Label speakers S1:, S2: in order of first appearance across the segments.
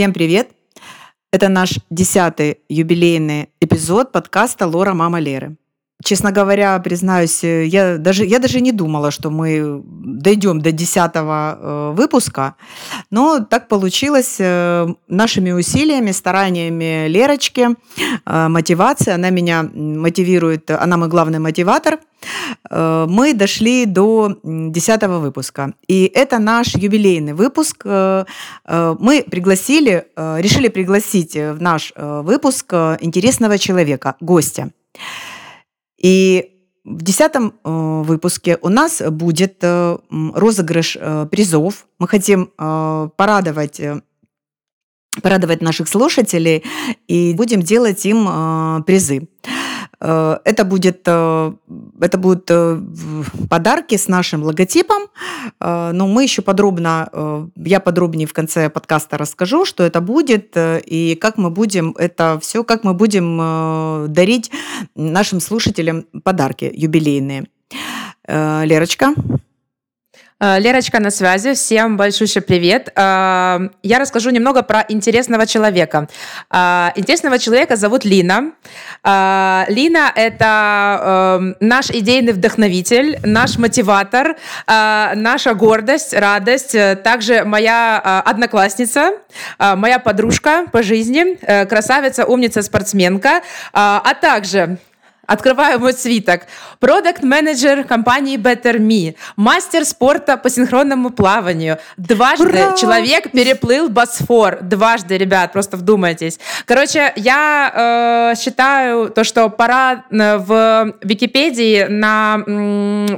S1: Всем привет! Это наш 10-й юбилейный эпизод подкаста «Лора, мама Леры». Честно говоря, признаюсь, я даже не думала, что мы дойдем до 10-го выпуска, но так получилось нашими усилиями, стараниями Лерочки, мотивацией. Она меня мотивирует, она мой главный мотиватор. Мы дошли до 10-го выпуска. И это наш юбилейный выпуск. Мы решили пригласить в наш выпуск интересного человека, гостя. И в 10-м выпуске у нас будет розыгрыш призов. Мы хотим порадовать наших слушателей и будем делать им призы. Это будут подарки с нашим логотипом, но мы еще я подробнее в конце подкаста расскажу, что это будет и как мы будем дарить нашим слушателям подарки юбилейные. Лерочка.
S2: Лерочка на связи. Всем большущий привет. Я расскажу немного про интересного человека. Интересного человека зовут Лина. Лина – это наш идейный вдохновитель, наш мотиватор, наша гордость, радость. Также моя одноклассница, моя подружка по жизни, красавица, умница, спортсменка, а также... Открываю мой свиток. Продакт-менеджер компании Better Me. Мастер спорта по синхронному плаванию. Дважды
S1: Ура!
S2: Человек переплыл Босфор. Дважды, ребят, просто вдумайтесь. Короче, я считаю то, что пора в Википедии на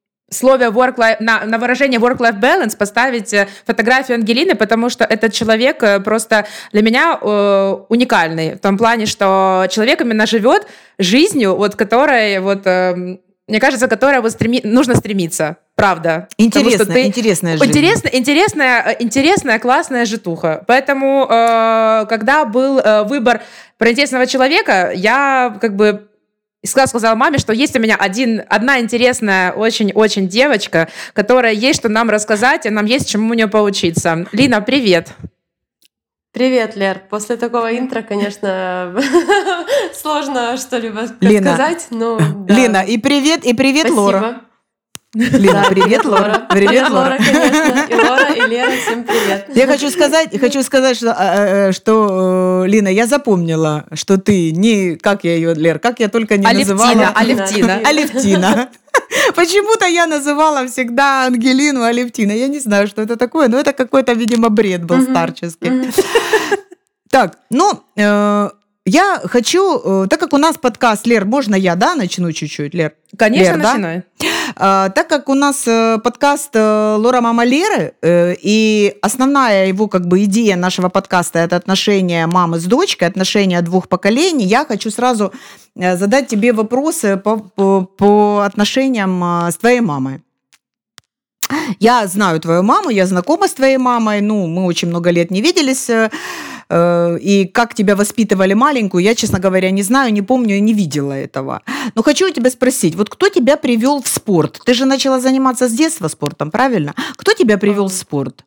S2: выражение work-life balance поставить фотографию Ангелины, потому что этот человек просто для меня уникальный. В том плане, что человек именно живет жизнью, которой, мне кажется, которой нужно стремиться. Правда.
S1: Интересная жизнь.
S2: Интересная, классная житуха. Поэтому, когда был выбор про интересного человека, я сказала маме, что есть у меня одна интересная очень-очень девочка, которая есть что нам рассказать, и нам есть чему у нее поучиться. Лина, привет!
S3: Привет, Лер. После такого интро, конечно, сложно что-либо сказать, но... Да.
S1: Лина, и привет,
S3: Спасибо.
S1: Лора. Лина, привет, Лора.
S3: Привет, Лора, конечно. И Лора, и Лера, всем привет.
S1: Я хочу сказать, что Лина, я запомнила, что ты не, как я ее, Лер, как я только не называла. Алевтина. Почему-то я называла всегда Ангелину Алевтина. Я не знаю, что это такое, но это какой-то, видимо, бред был старческий. Так, я хочу, так как у нас подкаст, Лер, можно я, начну чуть-чуть, Лер?
S2: Конечно,
S1: Лер,
S2: начинай.
S1: Так как у нас подкаст «Лора, мама Леры», и основная его идея нашего подкаста – это отношения мамы с дочкой, отношения двух поколений, я хочу сразу задать тебе вопросы по отношениям с твоей мамой. Я знаю твою маму, я знакома с твоей мамой, мы очень много лет не виделись, и как тебя воспитывали маленькую, я, честно говоря, не знаю, не помню и не видела этого. Но хочу у тебя спросить, кто тебя привел в спорт? Ты же начала заниматься с детства спортом, правильно? Кто тебя привел в спорт?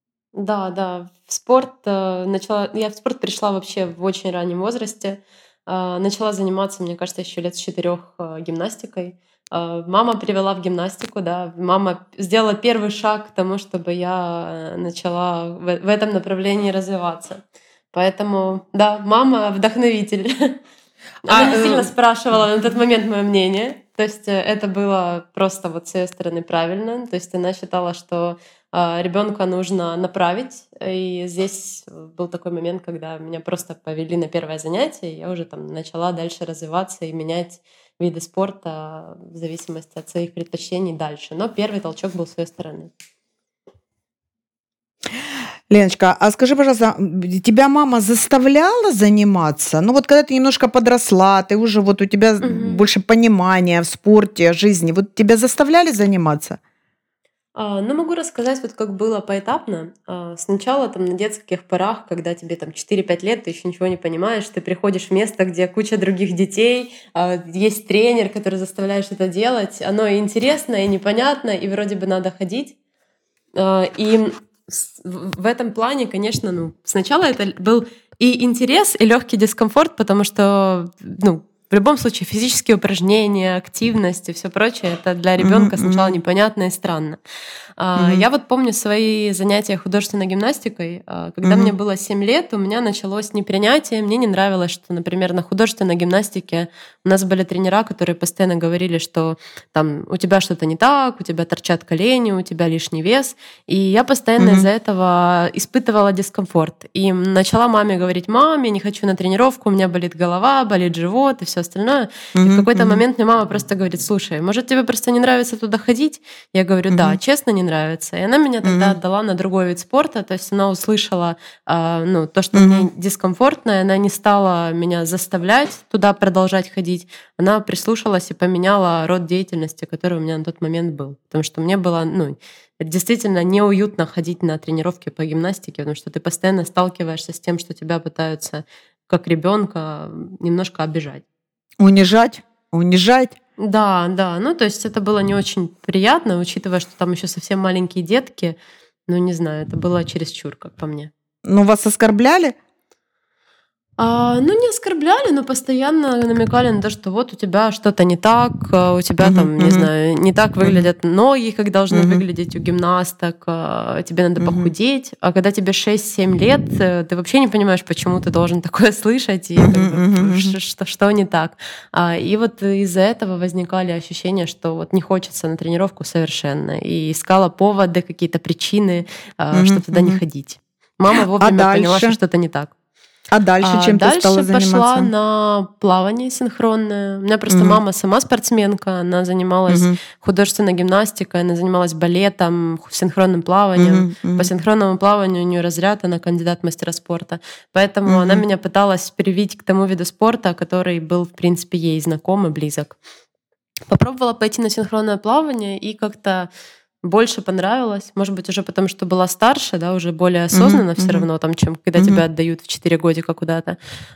S3: Да, в спорт я в спорт пришла вообще в очень раннем возрасте. Начала заниматься, мне кажется, еще лет с 4 гимнастикой. Мама привела в гимнастику, да. Мама сделала первый шаг к тому, чтобы я начала в этом направлении развиваться. Поэтому, да, мама вдохновитель. Она не сильно спрашивала на тот момент мое мнение. То есть это было просто с ее стороны правильно. То есть она считала, что ребенка нужно направить. И здесь был такой момент, когда меня просто повели на первое занятие, и я уже начала дальше развиваться и менять виды спорта в зависимости от своих предпочтений дальше. Но первый толчок был с своей стороны.
S1: Леночка, а скажи, пожалуйста, тебя мама заставляла заниматься? Когда ты немножко подросла, ты уже у тебя больше понимания в спорте, жизни, тебя заставляли заниматься?
S3: Могу рассказать, как было поэтапно. Сначала на детских порах, когда тебе 4-5 лет, ты еще ничего не понимаешь, ты приходишь в место, где куча других детей, есть тренер, который заставляет что-то делать. Оно и интересно, и непонятно, и вроде бы надо ходить. И в этом плане, конечно, сначала это был и интерес, и легкий дискомфорт, потому что, в любом случае, физические упражнения, активность и все прочее, это для ребенка сначала непонятно и странно. Я вот помню свои занятия художественной гимнастикой. Когда мне было 7 лет, у меня началось непринятие. Мне не нравилось, что, например, на художественной гимнастике у нас были тренера, которые постоянно говорили, что там у тебя что-то не так, у тебя торчат колени, у тебя лишний вес. И я постоянно из-за этого испытывала дискомфорт. И начала маме говорить: мам, я не хочу на тренировку, у меня болит голова, болит живот и все остальное. И в какой-то момент мне мама просто говорит: слушай, может, тебе просто не нравится туда ходить? Я говорю: да, честно, не нравится. И она меня тогда отдала на другой вид спорта, то есть она услышала то, что мне дискомфортно, и она не стала меня заставлять туда продолжать ходить. Она прислушалась и поменяла род деятельности, который у меня на тот момент был. Потому что мне было действительно неуютно ходить на тренировки по гимнастике, потому что ты постоянно сталкиваешься с тем, что тебя пытаются как ребенка немножко обижать.
S1: Унижать?
S3: Да. То есть это было не очень приятно, учитывая, что там еще совсем маленькие детки. Не знаю, это было чересчур, как по мне.
S1: Вас оскорбляли?
S3: Не оскорбляли, но постоянно намекали на то, что вот у тебя что-то не так, у тебя там, не знаю, не так выглядят ноги, как должны выглядеть у гимнасток, тебе надо похудеть. А когда тебе 6-7 лет, ты вообще не понимаешь, почему ты должен такое слышать, и что не так. И вот из-за этого возникали ощущения, что вот не хочется на тренировку совершенно. И искала поводы, какие-то причины, чтобы туда не ходить. Мама вовремя поняла, что что-то не так.
S1: А дальше чем ты стала заниматься?
S3: Дальше пошла на плавание синхронное. У меня просто мама сама спортсменка, она занималась художественной гимнастикой, она занималась балетом, синхронным плаванием. По синхронному плаванию у нее разряд, она кандидат в мастера спорта. Поэтому она меня пыталась привить к тому виду спорта, который был, в принципе, ей знаком и близок. Попробовала пойти на синхронное плавание и как-то больше понравилось. Может быть, уже потому, что была старше, да, уже более осознанно все равно, там, чем когда тебя отдают в 4 годика куда-то.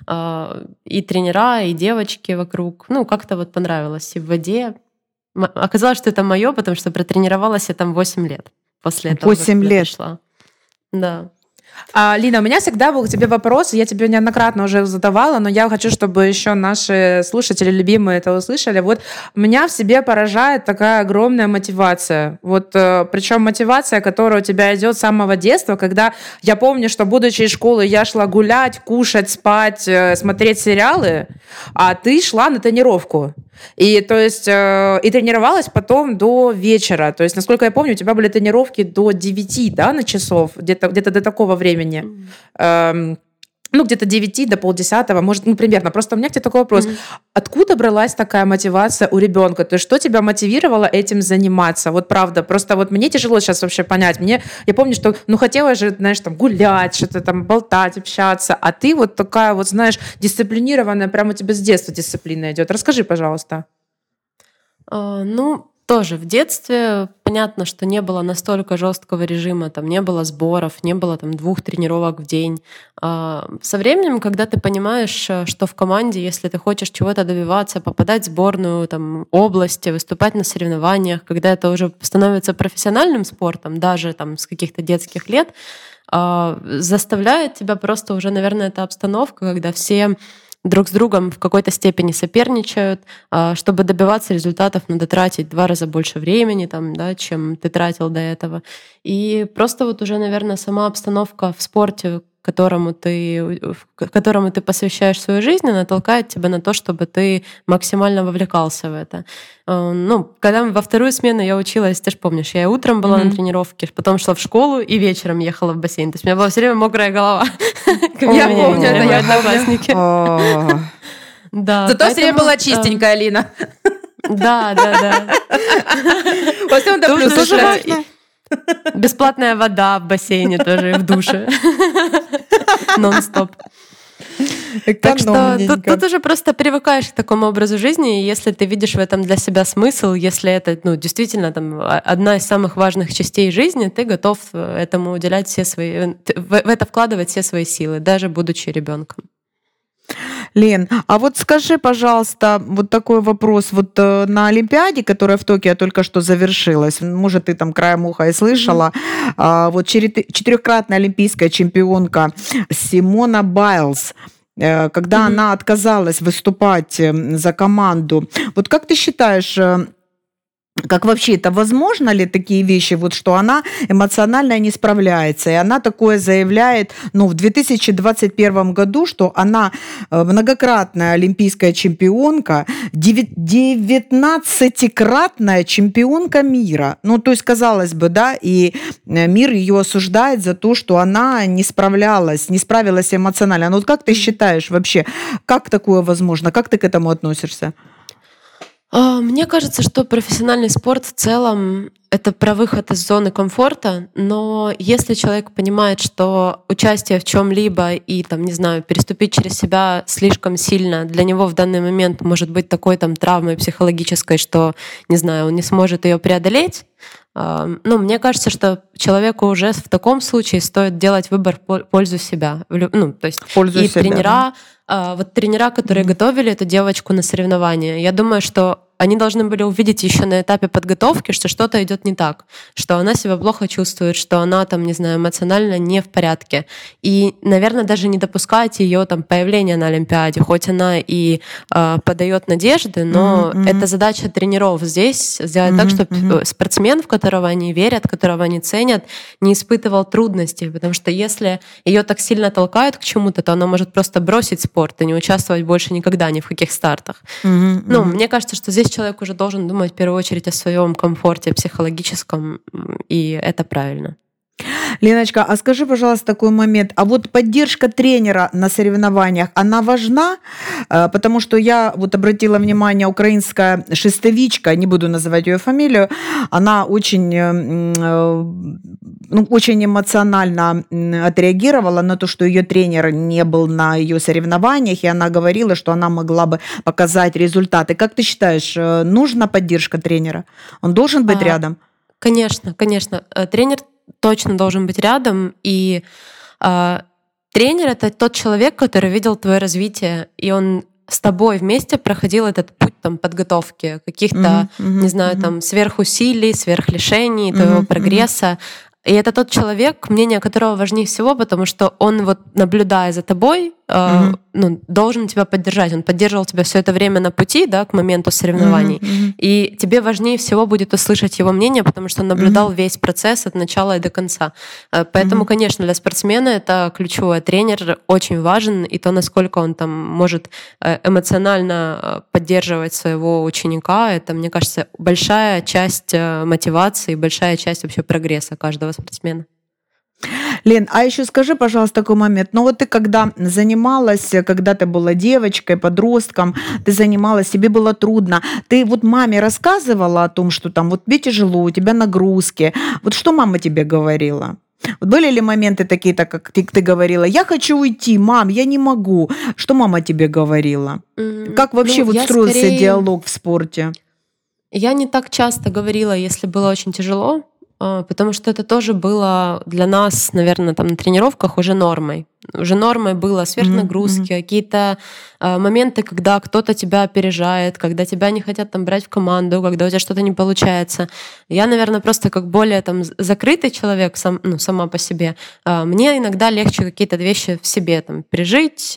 S3: И тренера, и девочки вокруг. Как-то вот понравилось. И в воде оказалось, что это мое, потому что протренировалась я там 8 лет после этого.
S1: 8 лет?
S3: Пришла. Да.
S2: Лина, у меня всегда был к тебе вопрос, я тебе неоднократно уже задавала, но я хочу, чтобы еще наши слушатели любимые это услышали. Вот меня в себе поражает такая огромная мотивация. Причем мотивация, которая у тебя идет с самого детства, когда я помню, что, будучи из школы, я шла гулять, кушать, спать, смотреть сериалы, а ты шла на тренировку. И тренировалась потом до вечера. То есть, насколько я помню, у тебя были тренировки до 9, да, на часов, где-то до такого времени. Где-то 9 до полдесятого, может, примерно. Просто у меня к тебе такой вопрос. Откуда бралась такая мотивация у ребенка? То есть что тебя мотивировало этим заниматься? Вот правда, просто мне тяжело сейчас вообще понять. Я помню, что хотела же, знаешь, там гулять, что-то там болтать, общаться, а ты вот такая вот, знаешь, дисциплинированная, прямо у тебя с детства дисциплина идет. Расскажи, пожалуйста.
S3: Тоже в детстве понятно, что не было настолько жесткого режима, там не было сборов, не было там 2 тренировок в день. Со временем, когда ты понимаешь, что в команде, если ты хочешь чего-то добиваться, попадать в сборную там, области, выступать на соревнованиях, когда это уже становится профессиональным спортом, даже там с каких-то детских лет, заставляет тебя просто уже, наверное, эта обстановка, когда все друг с другом в какой-то степени соперничают. Чтобы добиваться результатов, надо тратить 2 раза больше времени, чем ты тратил до этого. И просто уже, наверное, сама обстановка в спорте, которому ты посвящаешь свою жизнь, она толкает тебя на то, чтобы ты максимально вовлекался в это. Когда во вторую смену я училась, ты же помнишь, я и утром была на тренировке, потом шла в школу и вечером ехала в бассейн. То есть у меня была все время мокрая голова.
S2: Я помню, это
S3: мои одноклассники.
S2: Зато все время была чистенькая, Лина.
S3: Да.
S2: Во всем до плюса.
S3: Бесплатная вода в бассейне тоже и в душе. Нон-стоп. Так что тут уже просто привыкаешь к такому образу жизни, и если ты видишь в этом для себя смысл, если это действительно одна из самых важных частей жизни, ты готов этому уделять в это вкладывать все свои силы, даже будучи ребенком.
S1: Лен, а вот скажи, пожалуйста, вот такой вопрос. Вот на Олимпиаде, которая в Токио только что завершилась, может, ты там краем уха и слышала, вот четырехкратная олимпийская чемпионка Симона Байлз, когда она отказалась выступать за команду. Вот как ты считаешь, как вообще это возможно ли такие вещи, вот что она эмоционально не справляется, и она такое заявляет, в 2021 году, что она многократная олимпийская чемпионка, 19-кратная чемпионка мира. То есть, казалось бы, да, и мир ее осуждает за то, что она не справилась эмоционально. Вот как ты считаешь вообще, как такое возможно, как ты к этому относишься?
S3: Мне кажется, что профессиональный спорт в целом — это про выход из зоны комфорта, но если человек понимает, что участие в чем-либо и, переступить через себя слишком сильно для него в данный момент может быть такой травмой психологической, что, он не сможет ее преодолеть, мне кажется, что человеку уже в таком случае стоит делать выбор в пользу себя. То есть и тренера, тренера, которые готовили эту девочку на соревнования, я думаю, что они должны были увидеть еще на этапе подготовки, что что-то идет не так, что она себя плохо чувствует, что она эмоционально не в порядке. И, наверное, даже не допускать ее появления на Олимпиаде, хоть она и подает надежды, но это задача тренеров здесь сделать так, чтобы спортсмен, в которого они верят, которого они ценят, не испытывал трудностей, потому что если ее так сильно толкают к чему-то, то она может просто бросить спорт и не участвовать больше никогда ни в каких стартах. Мне кажется, что здесь человек уже должен думать в первую очередь о своем комфорте психологическом, и это правильно.
S1: Леночка, а скажи, пожалуйста, такой момент. А вот поддержка тренера на соревнованиях, она важна? Потому что я обратила внимание, украинская шестовичка, не буду называть ее фамилию, она очень эмоционально отреагировала на то, что ее тренер не был на ее соревнованиях, и она говорила, что она могла бы показать результаты. Как ты считаешь, нужна поддержка тренера? Он должен быть рядом?
S3: Конечно. Тренер точно должен быть рядом, и тренер — это тот человек, который видел твое развитие, и он с тобой вместе проходил этот путь подготовки, каких-то, сверхусилий, сверхлишений, твоего прогресса. И это тот человек, мнение которого важнее всего, потому что он, наблюдая за тобой, должен тебя поддержать. Он поддерживал тебя все это время на пути, да, к моменту соревнований. И тебе важнее всего будет услышать его мнение, потому что он наблюдал весь процесс от начала и до конца. Поэтому, конечно, для спортсмена это ключевой. Тренер очень важен, и то, насколько он может эмоционально поддерживать своего ученика, это, мне кажется, большая часть мотивации, большая часть вообще прогресса каждого спортсмена.
S1: Лен, а еще скажи, пожалуйста, такой момент. Ты когда занималась, когда ты была девочкой, подростком, ты занималась, тебе было трудно. Ты маме рассказывала о том, что тебе тяжело, у тебя нагрузки. Что мама тебе говорила? Были ли моменты такие, как ты говорила, я хочу уйти, мам, я не могу. Что мама тебе говорила? Как вообще строился диалог в спорте?
S3: Я не так часто говорила, если было очень тяжело, потому что это тоже было для нас, наверное, на тренировках уже нормой. Уже нормой было сверхнагрузки, какие-то моменты, когда кто-то тебя опережает, когда тебя не хотят брать в команду, когда у тебя что-то не получается. Я, наверное, просто как более закрытый человек сама по себе. Мне иногда легче какие-то вещи в себе пережить,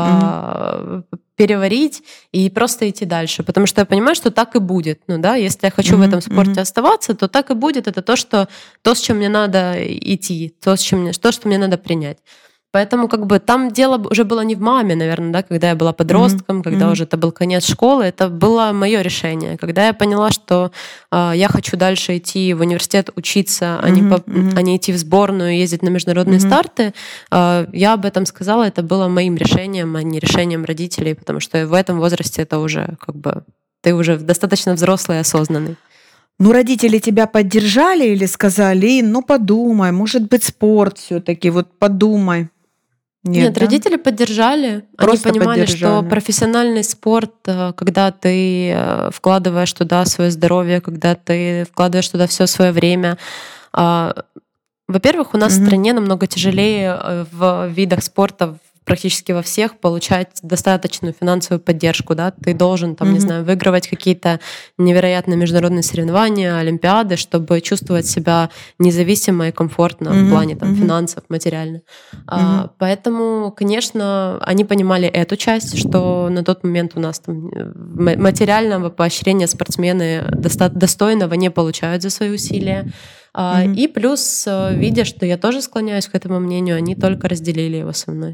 S3: переварить и просто идти дальше. Потому что я понимаю, что так и будет. Если я хочу в этом спорте оставаться, то так и будет. Это то, с чем мне надо идти, то, что мне надо принять. Поэтому там дело уже было не в маме, наверное, да, когда я была подростком, когда уже это был конец школы, это было мое решение. Когда я поняла, что я хочу дальше идти в университет учиться, а не идти в сборную, ездить на международные старты, я об этом сказала, это было моим решением, а не решением родителей, потому что в этом возрасте это уже ты уже достаточно взрослый и осознанный.
S1: Родители тебя поддержали или сказали, подумай, может быть, спорт все-таки, подумай?
S3: Нет, да? Родители поддержали. Просто они понимали, что профессиональный спорт, когда ты вкладываешь туда свое здоровье, когда ты вкладываешь туда все свое время. Во-первых, у нас в стране намного тяжелее в видах спорта, в практически во всех получать достаточную финансовую поддержку, да, ты должен, там, не знаю, выигрывать какие-то невероятные международные соревнования, олимпиады, чтобы чувствовать себя независимо и комфортно в плане там финансов, материально. Поэтому, конечно, они понимали эту часть, что на тот момент у нас там материального поощрения спортсмены достойного не получают за свои усилия. И плюс, видя, что я тоже склоняюсь к этому мнению, они только разделили его со мной.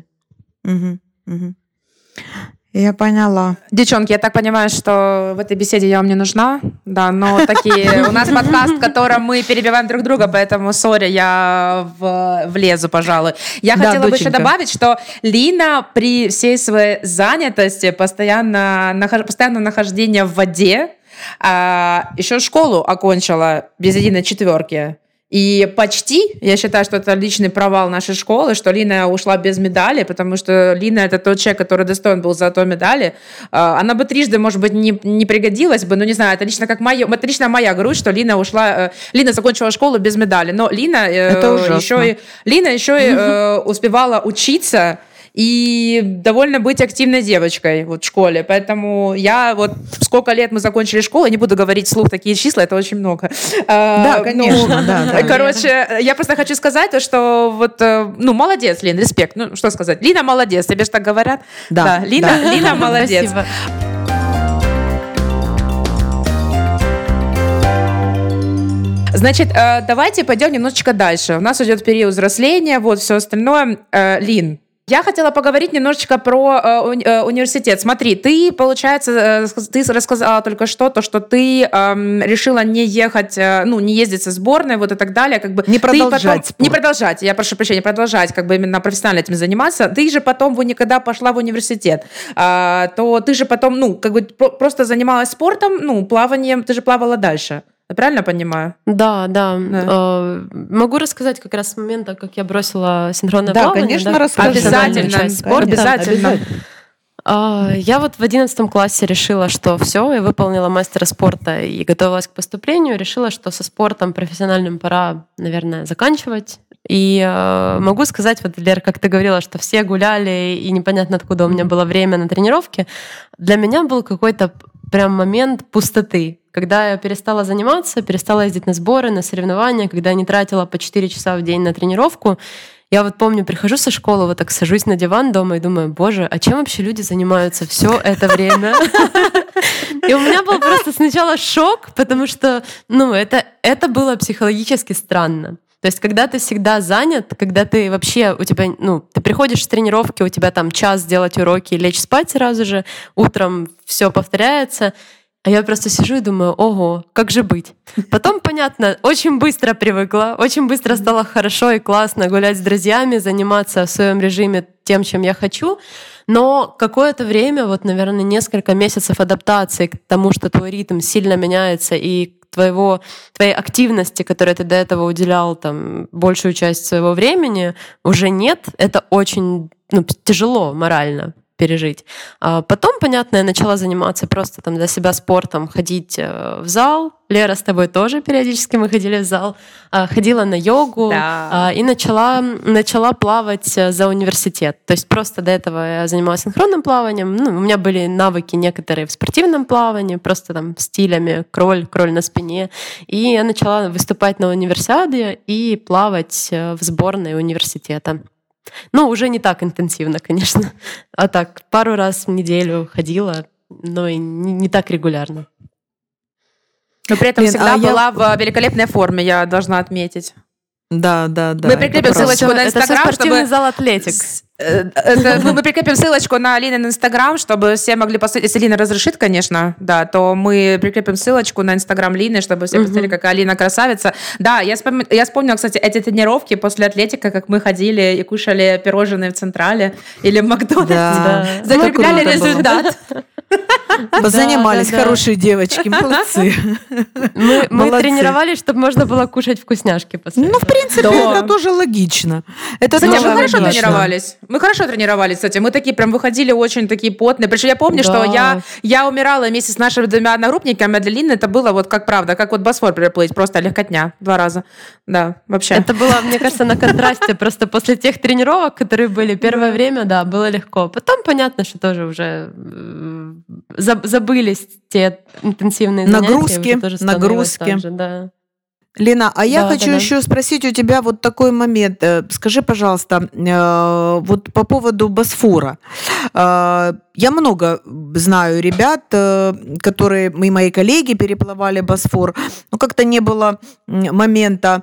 S1: Я поняла.
S2: Девчонки, я так понимаю, что в этой беседе я вам не нужна, да, но такие у нас подкаст, в котором мы перебиваем друг друга, поэтому, сори, я влезу, пожалуй. Я хотела бы еще добавить, что Лина при всей своей занятости, постоянно нахождение в воде, еще школу окончила без единой четверки. И почти, я считаю, что это личный провал нашей школы, что Лина ушла без медали, потому что Лина — это тот человек, который достоин был золотой медали. Она бы трижды, может быть, не пригодилась бы, но не знаю, это лично моя грусть, что Лина закончила школу без медали. Но Лина еще и успевала учиться и довольно быть активной девочкой вот, в школе. Поэтому я вот сколько лет мы закончили школу, я не буду говорить вслух такие числа, это очень много.
S1: Да, конечно. Да.
S2: Короче, я просто хочу сказать то, что вот, молодец, Лин, респект. Ну, что сказать? Лина молодец, тебе же так говорят?
S1: Да.
S2: Лина молодец.
S3: Спасибо.
S2: Значит, давайте пойдем немножечко дальше. У нас идет период взросления, вот все остальное. Лин, я хотела поговорить немножечко про университет. Смотри, ты, получается, ты рассказала только что, что ты решила не ехать, не ездить со сборной, вот и так далее. Как бы
S1: не продолжать спорт.
S2: Не продолжать, я прошу прощения, продолжать, как бы именно профессионально этим заниматься. Ты же потом, когда пошла в университет, то ты же потом, просто занималась спортом, плаванием, ты же плавала дальше. Я правильно понимаю?
S3: Да. Могу рассказать как раз с момента, как я бросила синхронное плавание.
S1: Конечно, расскажи.
S2: Обязательно.
S3: Я вот в 11 классе решила, что все, я выполнила мастера спорта и готовилась к поступлению. Решила, что со спортом профессиональным пора, наверное, заканчивать. И могу сказать, вот, Лер, как ты говорила, что все гуляли, и непонятно, откуда у меня было время на тренировке. Для меня был какой-то прям момент пустоты. Когда я перестала заниматься, перестала ездить на сборы, на соревнования, когда я не тратила по 4 часа в день на тренировку, я вот помню, прихожу со школы, вот так сажусь на диван дома и думаю, боже, а чем вообще люди занимаются все это время? И у меня был просто сначала шок, потому что, это было психологически странно. То есть, когда ты всегда занят, когда ты вообще, у тебя, ты приходишь с тренировки, у тебя там час сделать уроки и лечь спать сразу же, утром все повторяется, а я просто сижу и думаю, ого, как же быть? Потом, понятно, очень быстро привыкла, очень быстро стало хорошо и классно гулять с друзьями, заниматься в своем режиме тем, чем я хочу. Но какое-то время, вот, наверное, несколько месяцев адаптации к тому, что твой ритм сильно меняется, и твоей активности, которой ты до этого уделял там большую часть своего времени, уже нет. Это очень тяжело морально пережить. Потом, понятно, я начала заниматься просто там для себя спортом, ходить в зал. Лера, с тобой тоже периодически мы ходили в зал. Ходила на йогу и начала плавать за университет. То есть просто до этого я занималась синхронным плаванием. У меня были навыки некоторые в спортивном плавании, просто там стилями кроль на спине. И я начала выступать на универсиаде и плавать в сборной университета. Уже не так интенсивно, конечно. А так, пару раз в неделю ходила, но и не так регулярно.
S2: Но при этом всегда была в великолепной форме, я должна отметить.
S1: Да.
S2: Мы прикрепим ссылочку на Инстаграм,
S3: это спортивный зал «Атлетик».
S2: Мы прикрепим ссылочку на Линин Инстаграм, чтобы все могли посмотреть. Если Лина разрешит, конечно, да, то мы прикрепим ссылочку на Инстаграм Лины, чтобы все посмотрели, какая Лина красавица. Да, я вспомнила, кстати, эти тренировки после Атлетика, как мы ходили и кушали пирожные в Централе или в Макдональдсе.
S1: Да.
S2: Закрепляли результат.
S1: Позанимались, хорошие девочки, молодцы.
S3: Мы тренировались, чтобы можно было кушать вкусняшки после этого.
S1: Ну, в принципе, это тоже логично. Это
S2: Кстати,
S1: тоже
S2: мы хорошо
S1: логично.
S2: тренировались. Мы хорошо тренировались, кстати. Мы такие прям выходили очень такие потные. Причем я помню, что я умирала вместе с нашими 2 одногруппниками, а для Лины это было вот как правда, как вот Босфор переплыть, просто легкотня 2 раза. Да, вообще.
S3: Это было, мне кажется, на контрасте. Просто после тех тренировок, которые были первое время, да, было легко. Потом понятно, что тоже уже забылись те интенсивные
S1: нагрузки.
S3: Также, да.
S1: Лена, а я хочу еще спросить у тебя вот такой момент. Скажи, пожалуйста, вот по поводу Босфора. Я много знаю ребят, которые, мои коллеги переплывали Босфор, но как-то не было момента.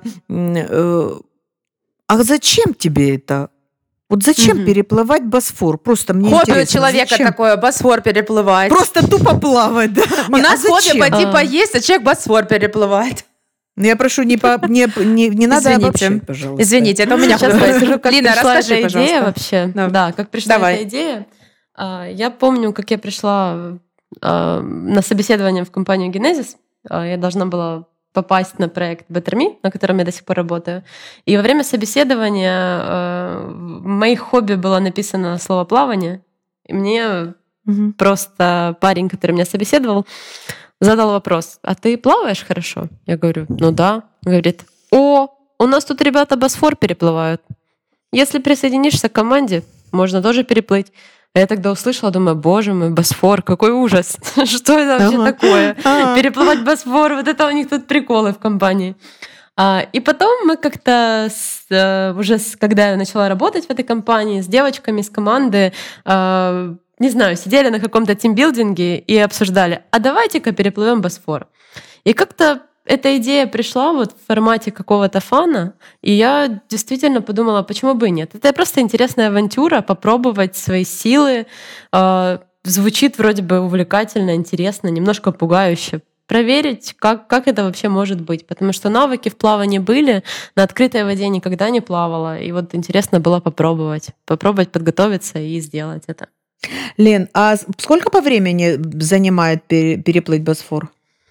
S1: А зачем тебе это? Вот зачем переплывать Босфор? Просто мне
S2: хобби
S1: интересно.
S2: у человека
S1: зачем?
S2: Такое, Босфор переплывать.
S1: Просто тупо плавать, да?
S2: У нас хобби пойти поесть, а человек Босфор переплывает.
S1: Я прошу, не надо обобщать, пожалуйста.
S2: Извините, это у меня
S3: сейчас расскажу, как
S2: Лина,
S3: пришла
S2: расскажи,
S3: эта идея
S2: пожалуйста.
S3: вообще. Да, как пришла эта идея. Я помню, как я пришла на собеседование в компанию Genesis. Я должна была попасть на проект Better Me, на котором я до сих пор работаю. И во время собеседования в моих хобби было написано слово «плавание». И мне просто парень, который меня собеседовал, задал вопрос: а ты плаваешь хорошо? Я говорю: ну да. Он говорит: о, у нас тут ребята Босфор переплывают. Если присоединишься к команде, можно тоже переплыть. А я тогда услышала, думаю: боже мой, Босфор, какой ужас. Что это вообще такое? Переплывать Босфор, вот это у них тут приколы в компании. И потом мы как-то, уже когда я начала работать в этой компании, с девочками, с команды, не знаю, сидели на каком-то тимбилдинге и обсуждали: а давайте-ка переплывем Босфор. И как-то эта идея пришла вот в формате какого-то фана, и я действительно подумала, почему бы и нет. Это просто интересная авантюра, попробовать свои силы. Звучит вроде бы увлекательно, интересно, немножко пугающе. Проверить, как это вообще может быть. Потому что навыки в плавании были, на открытой воде никогда не плавала. И вот интересно было попробовать подготовиться и сделать это.
S1: Лен, а сколько по времени занимает переплыть Босфор?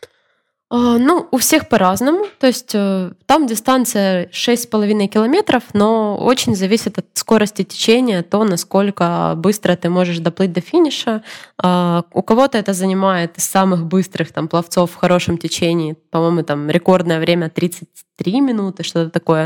S3: Ну, у всех по-разному. То есть там дистанция 6,5 километров, но очень зависит от скорости течения, то, насколько быстро ты можешь доплыть до финиша. У кого-то это занимает из самых быстрых там пловцов в хорошем течении, по-моему, там рекордное время 33 минуты, что-то такое.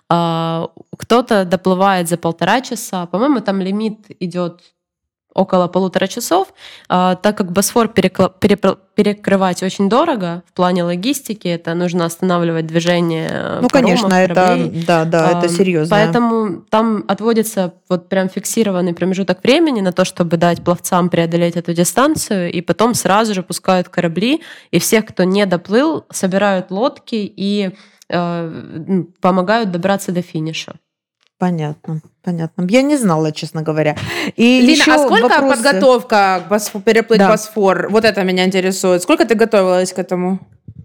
S3: Кто-то доплывает за 1,5 часа. По-моему, там лимит идет около 1,5 часов, так как Босфор перекрывать очень дорого в плане логистики, это нужно останавливать движение.
S1: Ну, конечно, кораблей. Это серьезно.
S3: Поэтому там отводится вот прям фиксированный промежуток времени на то, чтобы дать пловцам преодолеть эту дистанцию, и потом сразу же пускают корабли, и всех, кто не доплыл, собирают лодки и помогают добраться до финиша.
S1: Понятно. Я не знала, честно говоря. И
S2: Лина, а сколько подготовка переплыть Босфор? Вот это меня интересует. Сколько ты готовилась к этому?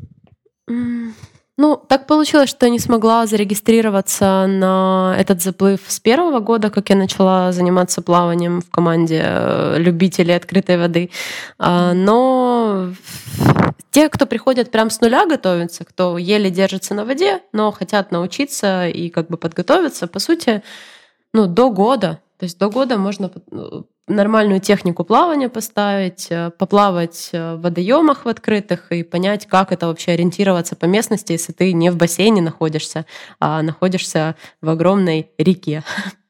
S3: Ну, так получилось, что я не смогла зарегистрироваться на этот заплыв с 1-го года, как я начала заниматься плаванием в команде любителей открытой воды. Но те, кто приходят прям с нуля готовиться, кто еле держится на воде, но хотят научиться и как бы подготовиться, по сути, до года. То есть до года можно нормальную технику плавания поставить, поплавать в водоемах в открытых и понять, как это вообще ориентироваться по местности, если ты не в бассейне находишься, а находишься в огромной реке.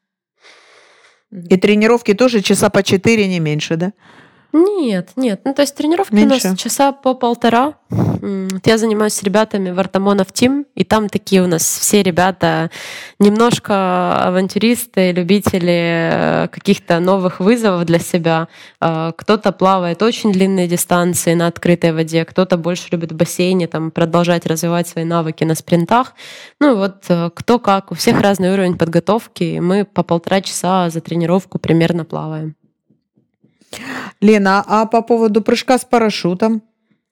S1: И тренировки тоже часа по 4, не меньше, да?
S3: Нет. Ну, то есть тренировки меньше. У нас часа по 1,5. Я занимаюсь с ребятами в Артамонов Тим, и там такие у нас все ребята немножко авантюристы, любители каких-то новых вызовов для себя. Кто-то плавает очень длинные дистанции на открытой воде, кто-то больше любит в бассейне там, продолжать развивать свои навыки на спринтах. Ну вот кто как, у всех разный уровень подготовки, и мы по 1,5 часа за тренировку примерно плаваем.
S1: Лена, а по поводу прыжка с парашютом?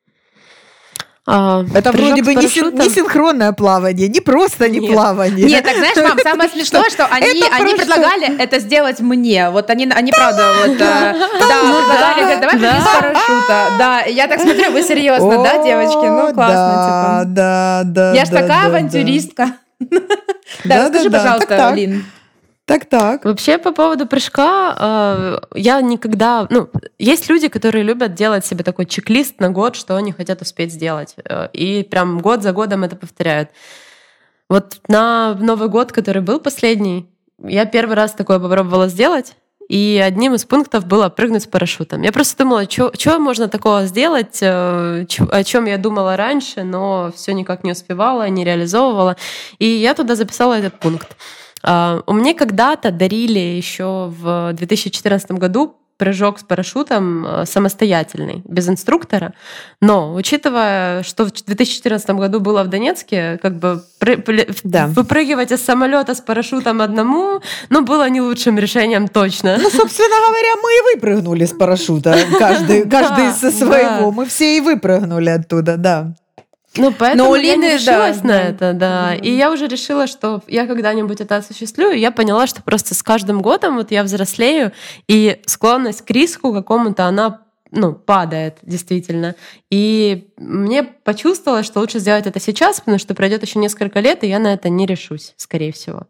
S1: Это вроде бы не синхронное плавание, не просто не плавание.
S2: Нет, так знаешь, мам, самое смешное, что они предлагали это сделать мне. Вот они правда, вот, предлагали, говорят, давай прыгни с парашютом. парашюта. Да, и я так смотрю, вы серьезно, да, девочки? Ну, классно, типа.
S1: Да.
S2: Я ж такая авантюристка. Да, расскажи, пожалуйста, Лин.
S1: Так.
S3: Вообще, по поводу прыжка, я никогда... есть люди, которые любят делать себе такой чек-лист на год, что они хотят успеть сделать. И прям год за годом это повторяют. Вот на Новый год, который был последний, я первый раз такое попробовала сделать. И одним из пунктов было прыгнуть с парашютом. Я просто думала, что можно такого сделать, о чем я думала раньше, но все никак не успевала, не реализовывала. И я туда записала этот пункт. Мне когда-то дарили еще в 2014 году прыжок с парашютом самостоятельный, без инструктора. Но, учитывая, что в 2014 году было в Донецке, как бы выпрыгивать из самолета с парашютом одному, было не лучшим решением точно.
S1: Собственно говоря, мы и выпрыгнули с парашюта. Каждый со своего. Мы все и выпрыгнули оттуда, да.
S3: Поэтому я не решилась на это, да. И я уже решила, что я когда-нибудь это осуществлю, и я поняла, что просто с каждым годом я взрослею, и склонность к риску какому-то, она падает, действительно. И мне почувствовалось, что лучше сделать это сейчас, потому что пройдет еще несколько лет, и я на это не решусь, скорее всего.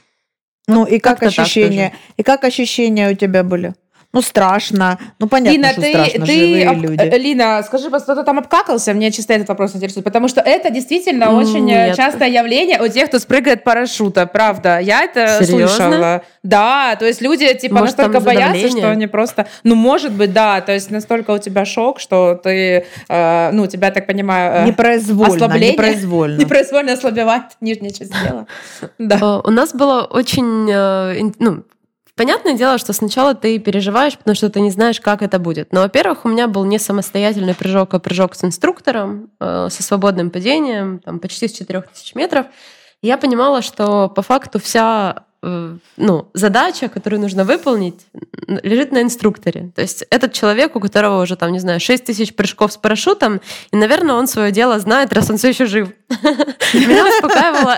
S1: И как ощущения? И как ощущения у тебя были? Страшно. Понятно,
S2: Лина,
S1: что страшно, живые люди.
S2: Лина, скажи, кто-то там обкакался? Мне чисто этот вопрос интересует, потому что это действительно очень частое явление у тех, кто спрыгает с парашюта, правда. Я это слышала. Да, то есть люди настолько боятся, что они просто... может быть, да, то есть настолько у тебя шок, что ты, тебя, так понимаю... Непроизвольно ослабевает нижняя часть тела.
S3: Да. У нас было очень... Понятное дело, что сначала ты переживаешь, потому что ты не знаешь, как это будет. Но, во-первых, у меня был не самостоятельный прыжок, а прыжок с инструктором, со свободным падением, почти с 4000 метров. И я понимала, что по факту вся задача, которую нужно выполнить, лежит на инструкторе. То есть этот человек, у которого уже 6000 прыжков с парашютом, и, наверное, он свое дело знает, раз он все еще жив. Меня успокаивала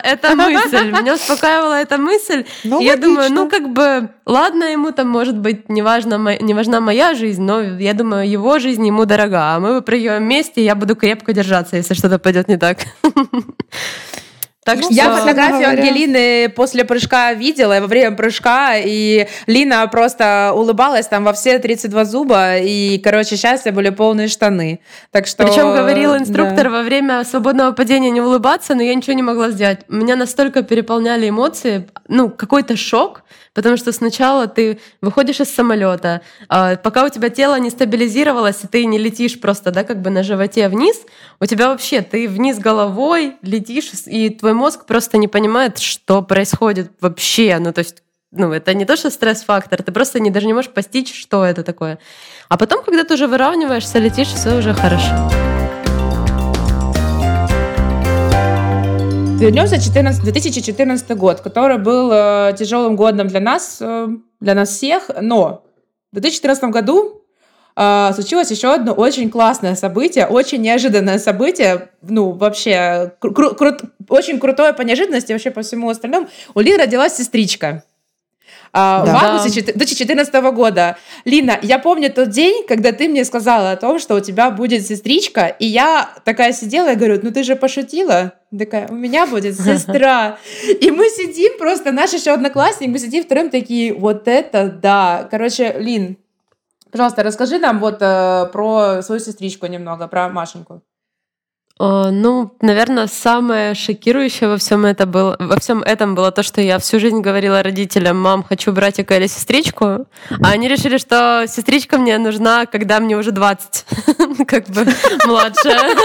S3: эта мысль. И я думаю, ладно, ему может быть не важна моя жизнь, но я думаю, его жизнь ему дорога. А мы выпрыгиваем вместе, и я буду крепко держаться, если что-то пойдет не так.
S2: Я фотографию Ангелины после прыжка видела, и во время прыжка, и Лина просто улыбалась во все 32 зуба, и, счастья были полные штаны. Так что...
S3: Причем говорил инструктор во время свободного падения не улыбаться, но я ничего не могла сделать. Меня настолько переполняли эмоции, какой-то шок, потому что сначала ты выходишь из самолета, пока у тебя тело не стабилизировалось, и ты не летишь просто, на животе вниз, у тебя вообще ты вниз головой летишь, и твой мозг просто не понимает, что происходит вообще. То есть, это не то, что стресс-фактор, ты просто даже не можешь постичь, что это такое. А потом, когда ты уже выравниваешься, летишь, все уже хорошо.
S2: Вернемся в 2014 год, который был тяжелым годом для нас всех, но в 2014 году случилось еще одно очень классное событие, очень неожиданное событие, вообще очень крутое по неожиданности, вообще по всему остальному. У Лины родилась сестричка. В августе 2014 года. Лина, я помню тот день, когда ты мне сказала о том, что у тебя будет сестричка, и я такая сидела и говорю, ты же пошутила? Такая, у меня будет сестра. И мы сидим просто, наш еще одноклассник, мы сидим втроем такие, вот это да. Лин, пожалуйста, расскажи нам про свою сестричку немного, про Машеньку.
S3: Наверное, самое шокирующее во всем этом было то, что я всю жизнь говорила родителям: мам, хочу братика или сестричку, а они решили, что сестричка мне нужна, когда мне уже 20, младшая.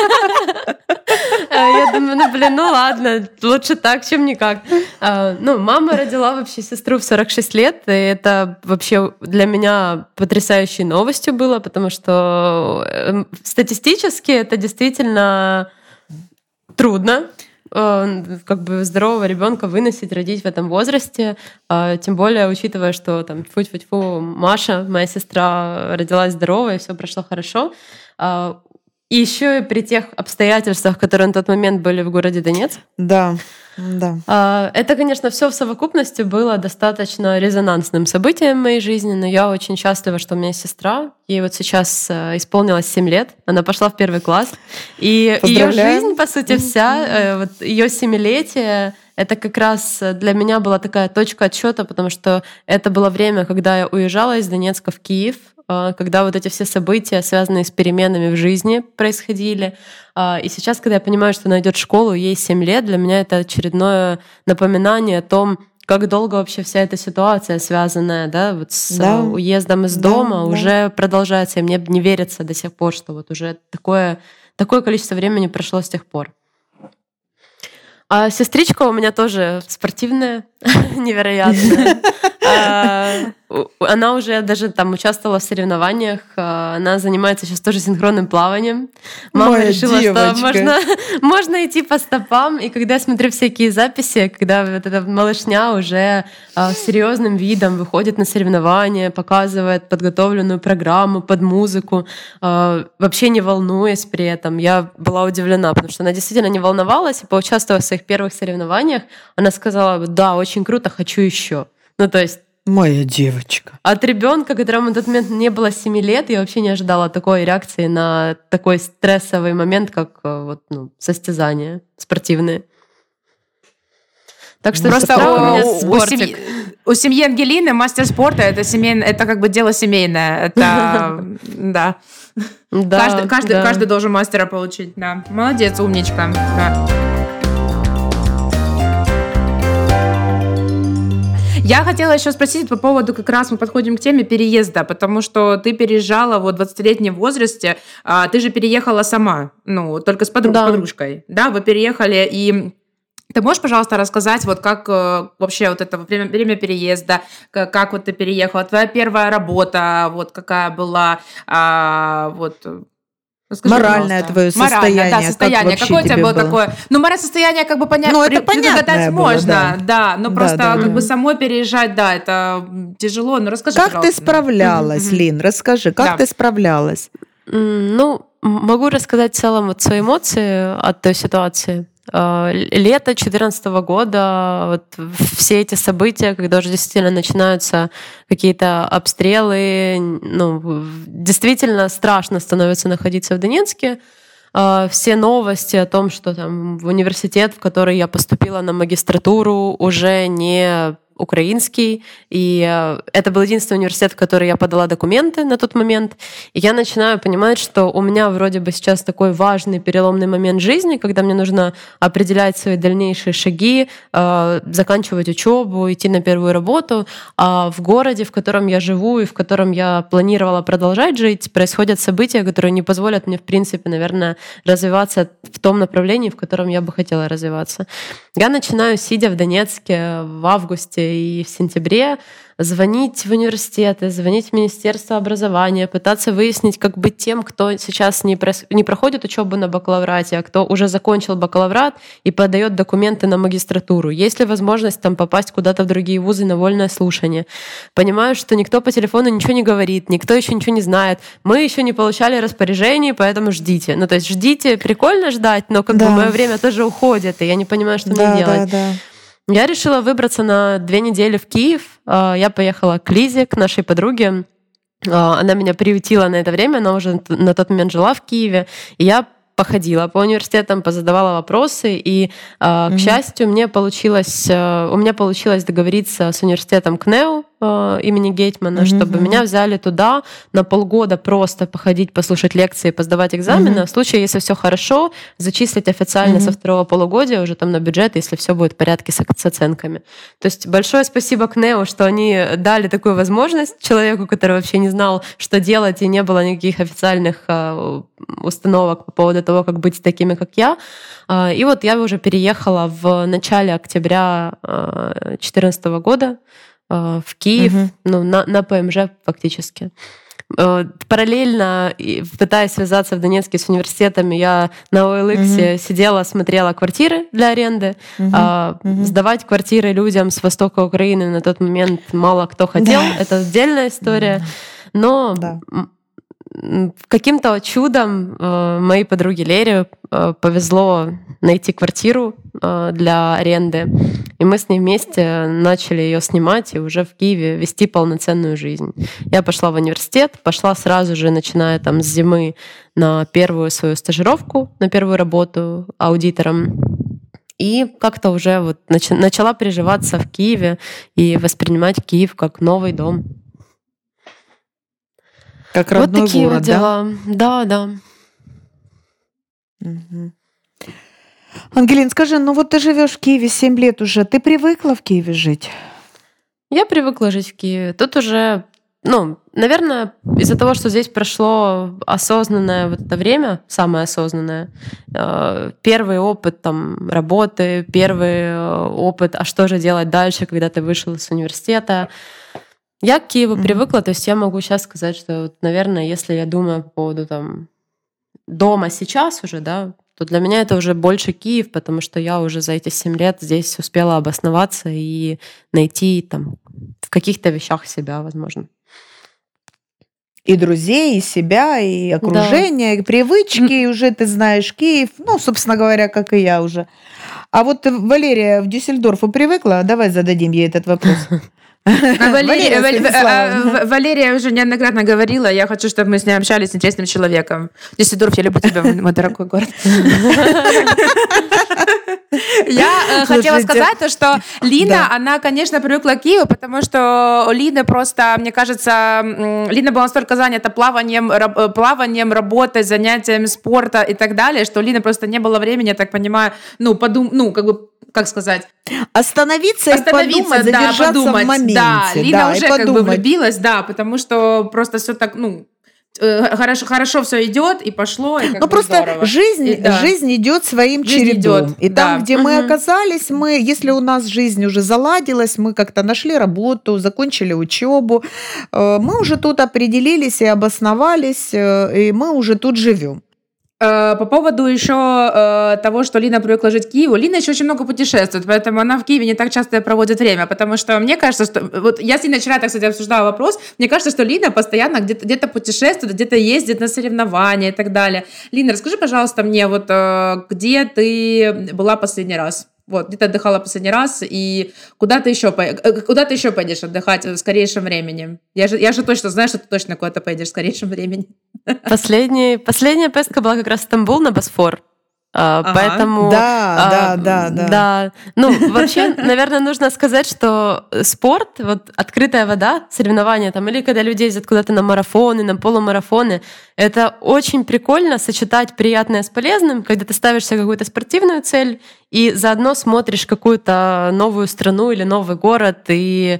S3: Я думаю, ладно, лучше так, чем никак. Мама родила вообще сестру в 46 лет, и это вообще для меня потрясающей новостью было, потому что статистически это действительно трудно. Здорового ребенка выносить, родить в этом возрасте, тем более учитывая, что тьфу-тьфу-тьфу, Маша, моя сестра, родилась здоровая, и все прошло хорошо. И еще и при тех обстоятельствах, которые на тот момент были в городе Донецк.
S1: Да. Да.
S3: Это, конечно, все в совокупности было достаточно резонансным событием в моей жизни, но я очень счастлива, что у меня есть сестра. Ей вот сейчас исполнилось 7 лет. Она пошла в 1 класс. И ее жизнь, по сути, вся, вот ее 7-летие, это как раз для меня была такая точка отсчета, потому что это было время, когда я уезжала из Донецка в Киев, когда вот эти все события, связанные с переменами в жизни, происходили. И сейчас, когда я понимаю, что она идет в школу, ей 7 лет, для меня это очередное напоминание о том, как долго вообще вся эта ситуация, связанная, да, вот с уездом из дома, уже продолжается. И мне не верится до сих пор, что вот уже такое количество времени прошло с тех пор. А сестричка у меня тоже спортивная, невероятная. Она уже даже там участвовала в соревнованиях. Она занимается сейчас тоже синхронным плаванием. Мама решила, что можно идти по стопам. И когда я смотрю всякие записи, когда вот эта малышня уже серьезным видом выходит на соревнования, показывает подготовленную программу под музыку, вообще не волнуясь при этом, я была удивлена, потому что она действительно не волновалась, и поучаствовав в своих первых соревнованиях, она сказала: да, очень круто, хочу еще. Ну, то есть
S1: моя девочка.
S3: От ребенка, которому на тот момент не было 7 лет, я вообще не ожидала такой реакции на такой стрессовый момент, как вот, состязания спортивные. Так что
S2: просто
S3: у
S2: семьи Ангелины мастер спорта это как бы дело семейное. Это да. Каждый должен мастера получить. Да. Молодец, умничка. Да. Я хотела еще спросить по поводу, как раз мы подходим к теме переезда, потому что ты переезжала в 20-летнем возрасте, ты же переехала сама, только с подружкой, да, вы переехали, и ты можешь, пожалуйста, рассказать, вот как вообще вот это время переезда, как вот ты переехала, твоя первая работа, вот какая была, вот... Расскажи,
S1: моральное твое состояние.
S2: Да, состояние. Какое у тебя было такое? Моральное состояние, как бы понятно,
S1: это понятное
S2: можно, да. Но просто как бы самой переезжать, да, это тяжело. Ну, расскажи,
S1: как ты справлялась, Лин? Расскажи, как ты справлялась?
S3: Могу рассказать в целом вот свои эмоции от той ситуации. Лето 2014 года, вот все эти события, когда уже действительно начинаются какие-то обстрелы, действительно страшно становится находиться в Донецке. Все новости о том, что там в университет, в который я поступила на магистратуру, уже не украинский, и это был единственный университет, в который я подала документы на тот момент, и я начинаю понимать, что у меня вроде бы сейчас такой важный переломный момент жизни, когда мне нужно определять свои дальнейшие шаги, заканчивать учебу, идти на первую работу, а в городе, в котором я живу и в котором я планировала продолжать жить, происходят события, которые не позволят мне, в принципе, наверное, развиваться в том направлении, в котором я бы хотела развиваться. Я начинаю, сидя в Донецке в августе и в сентябре, звонить в университеты, звонить в Министерство образования, пытаться выяснить, как быть тем, кто сейчас не проходит учебу на бакалаврате, а кто уже закончил бакалаврат и подает документы на магистратуру. Есть ли возможность там попасть куда-то в другие вузы на вольное слушание? Понимаю, что никто по телефону ничего не говорит, никто еще ничего не знает. Мы еще не получали распоряжений, поэтому ждите. То есть ждите, прикольно ждать, но как бы мое время тоже уходит, и я не понимаю, что мне делать. Я решила выбраться на 2 недели в Киев. Я поехала к Лизе, к нашей подруге. Она меня приютила на это время, она уже на тот момент жила в Киеве. И я походила по университетам, позадавала вопросы, и, к счастью, у меня получилось договориться с университетом КНЕУ имени Гетмана, чтобы меня взяли туда на полгода просто походить, послушать лекции, посдавать экзамены. В случае, если все хорошо, зачислить официально со 2-го полугодия уже там на бюджет, если все будет в порядке с оценками. То есть большое спасибо КНЕУ, что они дали такую возможность человеку, который вообще не знал, что делать, и не было никаких официальных установок по поводу того, как быть такими, как я. И вот я уже переехала в начале октября 2014 года в Киев, на ПМЖ фактически. Параллельно, пытаясь связаться в Донецке с университетами, я на OLX сидела, смотрела квартиры для аренды. Сдавать квартиры людям с востока Украины на тот момент мало кто хотел. Это отдельная история. Но каким-то чудом моей подруге Лере повезло найти квартиру для аренды. И мы с ней вместе начали ее снимать и уже в Киеве вести полноценную жизнь. Я пошла в университет, пошла сразу же, начиная там с зимы, на первую свою стажировку, на первую работу аудитором. И как-то уже вот начала приживаться в Киеве и воспринимать Киев как новый дом.
S1: Как родной
S3: вот такие
S1: город,
S3: вот дела. Да.
S1: Угу. Ангелин, скажи, ну вот ты живешь в Киеве 7 лет уже. Ты привыкла в Киеве жить?
S3: Я привыкла жить в Киеве. Тут уже, наверное, из-за того, что здесь прошло осознанное вот это время, самое осознанное, первый опыт там работы, первый опыт, а что же делать дальше, когда ты вышел из университета. Я к Киеву привыкла, то есть я могу сейчас сказать, что, наверное, если я думаю по поводу там дома сейчас уже, да, то для меня это уже больше Киев, потому что я уже за эти 7 лет здесь успела обосноваться и найти там в каких-то вещах себя, возможно.
S1: И друзей, и себя, и окружение, и привычки, и уже ты знаешь Киев, собственно говоря, как и я уже. А вот Валерия в Дюссельдорфу привыкла? Давай зададим ей этот вопрос.
S2: Валерия уже неоднократно говорила, я хочу, чтобы мы с ней общались с интересным человеком. Дюссельдорф, я люблю тебя, мой дорогой город. Я хотела сказать, что Лина, она, конечно, привыкла к Киеву, потому что Лина просто, мне кажется, Лина была настолько занята плаванием, работой, занятием спорта и так далее, что у Лины просто не было времени, я так понимаю, как сказать?
S1: Остановиться и подумать, задержаться в моменте.
S2: Да, Лина уже как бы влюбилась, потому что просто все так, хорошо все идет и пошло, и
S1: просто здорово. Жизнь идет своим чередом. И там, где мы оказались, если у нас жизнь уже заладилась, мы как-то нашли работу, закончили учебу, мы уже тут определились и обосновались, и мы уже тут живем.
S2: По поводу еще того, что Лина привыкла жить в Киеве, Лина еще очень много путешествует, поэтому она в Киеве не так часто проводит время, потому что мне кажется, что... Вот я с Линой вчера, так, кстати, обсуждала вопрос, мне кажется, что Лина постоянно где-то путешествует, где-то ездит на соревнования и так далее. Лина, расскажи, пожалуйста, мне, вот где ты была последний раз? Вот, где ты отдыхала последний раз, и куда ты еще пойдешь отдыхать в скорейшем времени? Я же точно знаю, что ты точно куда-то поедешь в скорейшем времени.
S3: Последняя поездка была как раз в Стамбул на Босфор. Поэтому...
S1: Да.
S3: Вообще, наверное, нужно сказать, что спорт, вот открытая вода, соревнования там, или когда люди ездят куда-то на марафоны, на полумарафоны, это очень прикольно сочетать приятное с полезным, когда ты ставишь себе какую-то спортивную цель и заодно смотришь какую-то новую страну или новый город и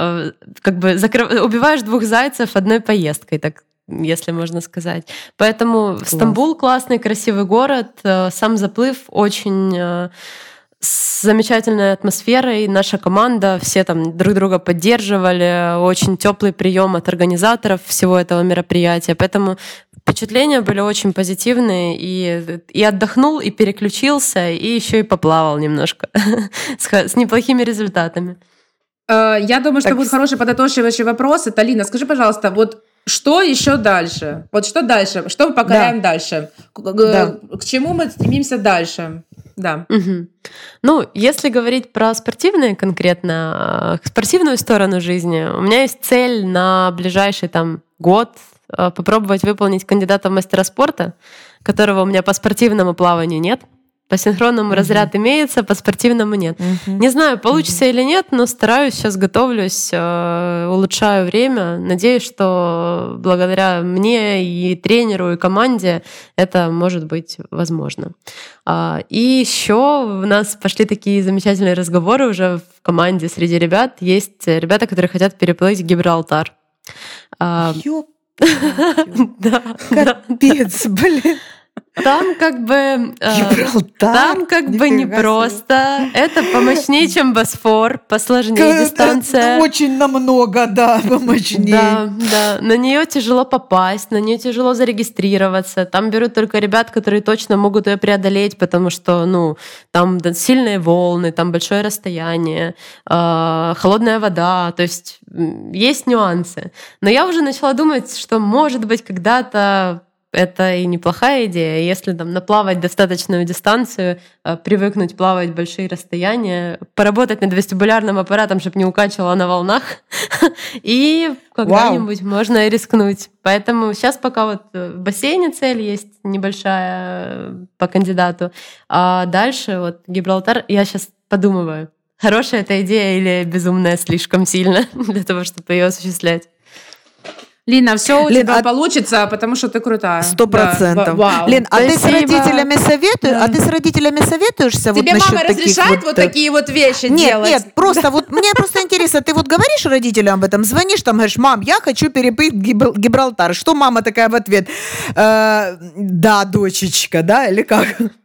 S3: убиваешь 2 зайцев одной поездкой, так если можно сказать. Поэтому Стамбул классный, красивый город, сам заплыв очень с замечательной атмосферой. Наша команда, все там друг друга поддерживали, очень теплый прием от организаторов всего этого мероприятия. Поэтому впечатления были очень позитивные. И отдохнул, и переключился, и еще и поплавал немножко с неплохими результатами.
S2: Я думаю, что будет хороший подытоживающий вопрос. Это, Лина, скажи, пожалуйста, вот что еще дальше? Вот что дальше? Что мы покоряем дальше? К чему мы стремимся дальше? Да.
S3: Угу. Если говорить про спортивную конкретно, спортивную сторону жизни, у меня есть цель на ближайший год попробовать выполнить кандидата в мастера спорта, которого у меня по спортивному плаванию нет. По синхронному разряд имеется, по спортивному нет. Не знаю, получится или нет, но стараюсь, сейчас готовлюсь, улучшаю время. Надеюсь, что благодаря мне и тренеру, и команде это может быть возможно. И еще у нас пошли такие замечательные разговоры уже в команде среди ребят. Есть ребята, которые хотят переплыть Гибралтар.
S1: Капец, блин.
S3: Там непросто. Это помощнее, чем Босфор, посложнее дистанция.
S1: Очень намного, помощнее.
S3: Да. На нее тяжело попасть, на нее тяжело зарегистрироваться. Там берут только ребят, которые точно могут ее преодолеть, потому что, там сильные волны, там большое расстояние, холодная вода, то есть есть нюансы. Но я уже начала думать, что, может быть, когда-то это и неплохая идея. Если там наплавать достаточную дистанцию, привыкнуть плавать большие расстояния, поработать над вестибулярным аппаратом, чтобы не укачивало на волнах, и когда-нибудь можно и рискнуть. Поэтому сейчас пока вот в бассейне цель есть небольшая по кандидату, а дальше вот Гибралтар, я сейчас подумываю, хорошая эта идея или безумная слишком сильно для того, чтобы ее осуществлять.
S2: Лина, все у тебя получится, потому что ты крутая.
S1: 100%.
S2: Да.
S1: Лин, а ты с родителями советуешься?
S2: Тебе
S1: вот
S2: мама разрешает вот такие вот вещи делать?
S1: Нет, просто вот мне просто интересно, ты вот говоришь родителям об этом, звонишь там, говоришь, мам, я хочу переплыть Гибралтар. Что мама такая в ответ? Да, дочечка, да, или как?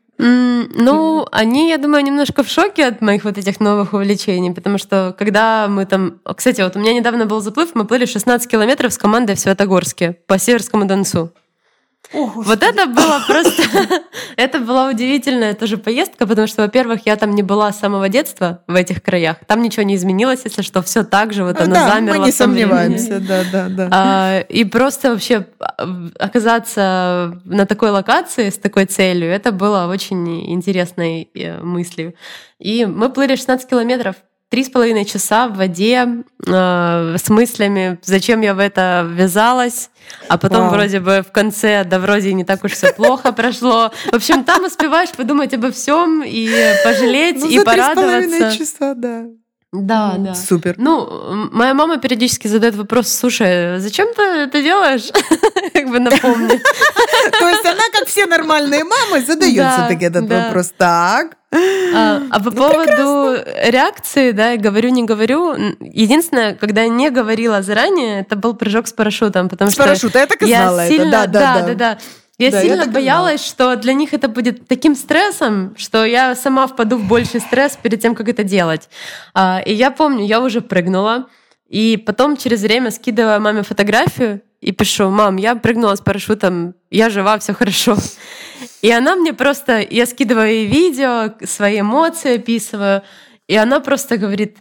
S3: Ну, они, я думаю, немножко в шоке от моих вот этих новых увлечений, потому что когда мы там... Кстати, вот у меня недавно был заплыв, мы плыли 16 километров с командой в Святогорске по Северскому Донцу. Вот это было просто... Это была удивительная тоже поездка, потому что, во-первых, я там не была с самого детства в этих краях. Там ничего не изменилось, если что, все так же, вот оно замерло.
S1: Мы не сомневаемся, да.
S3: И просто вообще оказаться на такой локации с такой целью, это было очень интересной мыслью. И мы плыли 16 километров, 3,5 часа в воде с мыслями, зачем я в это ввязалась, а потом вроде бы в конце, да вроде не так уж все плохо прошло. В общем, там успеваешь подумать обо всем и пожалеть, и порадоваться.
S1: 3,5 часа, да.
S3: Да.
S1: Супер.
S3: Ну, моя мама периодически задает вопрос, слушай, зачем ты это делаешь? Как бы напомни.
S1: То есть она, как все нормальные мамы, задает все-таки этот вопрос. Так.
S3: А по поводу реакции, да, говорю, не говорю, единственное, когда я не говорила заранее, это был прыжок с парашютом, потому что...
S1: С парашюта, я так и знала это, да.
S3: Я сильно боялась, что для них это будет таким стрессом, что я сама впаду в больший стресс перед тем, как это делать. И я помню, я уже прыгнула, и потом через время скидываю маме фотографию и пишу: мам, я прыгнула с парашютом, я жива, все хорошо. И она мне просто... Я скидываю ей видео, свои эмоции описываю, и она просто говорит: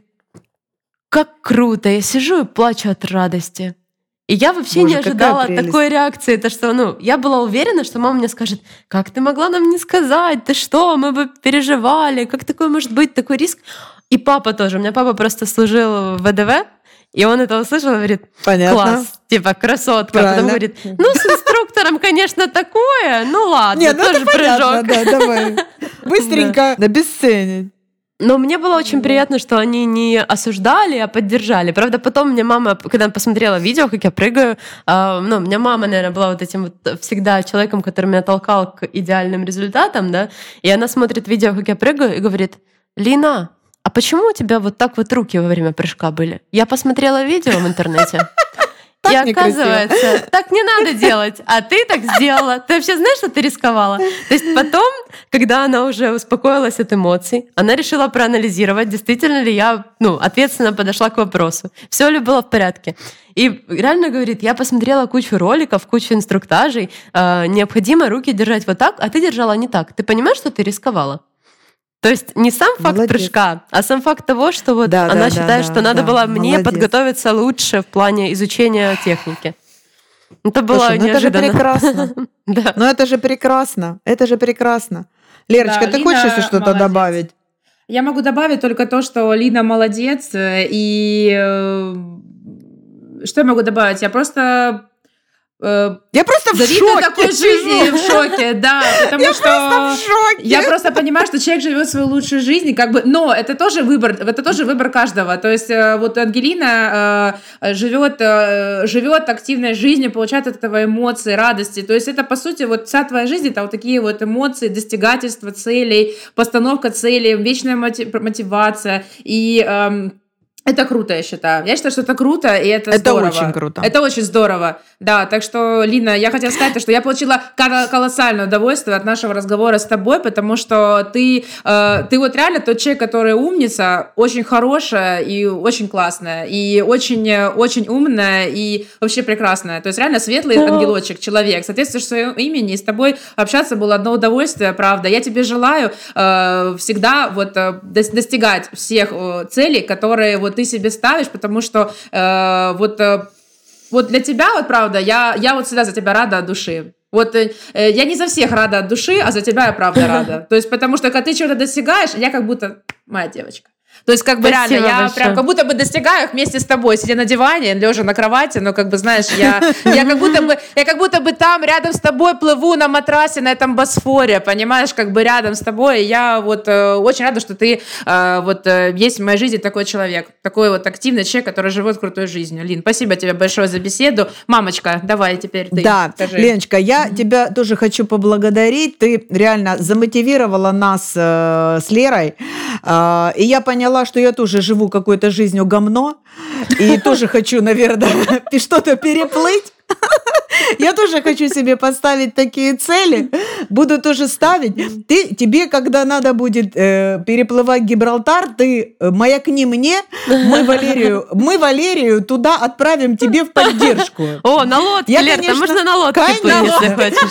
S3: как круто, я сижу и плачу от радости. И я вообще не ожидала такой реакции. Это что, я была уверена, что мама мне скажет: как ты могла нам не сказать? Ты что? Мы бы переживали. Как такое может быть? Такой риск. И папа тоже. У меня папа просто служил в ВДВ, и он это услышал и говорит: класс, типа красотка.
S1: Правильно.
S3: Потом говорит: с инструктором, конечно, такое. Ну ладно,
S1: Нет,
S3: тоже прыжок.
S1: Да, давай. Быстренько обесценить.
S3: Но мне было очень приятно, что они не осуждали, а поддержали. Правда, потом мне мама, когда посмотрела видео, как я прыгаю, у меня мама, наверное, была вот этим вот всегда человеком, который меня толкал к идеальным результатам, да, и она смотрит видео, как я прыгаю, и говорит: Лина, а почему у тебя вот так вот руки во время прыжка были? Я посмотрела видео в интернете. И оказывается, так не надо делать, а ты так сделала. Ты вообще знаешь, что ты рисковала? То есть потом, когда она уже успокоилась от эмоций, она решила проанализировать, действительно ли я ответственно подошла к вопросу, все ли было в порядке. И реально говорит: я посмотрела кучу роликов, кучу инструктажей, необходимо руки держать вот так, а ты держала не так. Ты понимаешь, что ты рисковала? То есть не сам факт прыжка, а сам факт того, что она считает, что надо было мне подготовиться лучше в плане изучения техники. Это было неожиданно.
S1: Это же прекрасно. Но это же прекрасно. Это же прекрасно. Лерочка, ты хочешь еще что-то добавить?
S2: Я могу добавить только то, что Лина молодец. И что я могу добавить? Я просто
S1: в шоке.
S2: такой жизни в шоке, да, потому что
S1: в шоке.
S2: Я просто понимаю, что человек живет свою лучшую жизнь, но это тоже выбор каждого. То есть вот Ангелина живет активной жизнью, получает от этого эмоции, радости. То есть это, по сути, вот вся твоя жизнь, это вот такие вот эмоции, достигательства целей, постановка целей, вечная мотивация. И это круто, я считаю. Я считаю, что это круто, и это здорово.
S1: Это очень круто.
S2: Это очень здорово. Да, так что, Лина, я хотела сказать, что я получила колоссальное удовольствие от нашего разговора с тобой, потому что ты вот реально тот человек, который умница, очень хорошая и очень классная, и очень умная, и вообще прекрасная. То есть реально светлый ангелочек, человек. Соответствуешь своему имени, и с тобой общаться было одно удовольствие, правда. Я тебе желаю всегда вот достигать всех целей, которые вот ты себе ставишь, потому что вот для тебя, вот правда, я вот всегда за тебя рада от души. Вот я не за всех рада от души, а за тебя я правда рада. То есть, потому что, когда ты чего-то достигаешь, я как будто моя девочка. То есть, как бы
S3: Спасибо
S2: реально, я
S3: большое.
S2: прям как будто бы достигаю их вместе с тобой, сидя на диване, лежа на кровати, но как бы, знаешь, я как будто бы там рядом с тобой плыву на матрасе на этом Босфоре, понимаешь, как бы рядом с тобой. И я вот очень рада, что ты вот есть в моей жизни такой человек, такой вот активный человек, который живет крутой жизнью. Лин, спасибо тебе большое за беседу. Мамочка, давай теперь ты.
S1: Да,
S2: скажи.
S1: Леночка, я тебя тоже хочу поблагодарить. Ты реально замотивировала нас с Лерой. И я поняла, что я тоже живу какой-то жизнью гомно. И тоже хочу, наверное, что-то переплыть. Я тоже хочу себе поставить такие цели. Буду тоже ставить. Тебе, когда надо будет переплывать Гибралтар, ты маякни мне, мы Валерию туда отправим тебе в поддержку.
S3: О, на лодке, Лер, там можно на лодке плыть, если хочешь.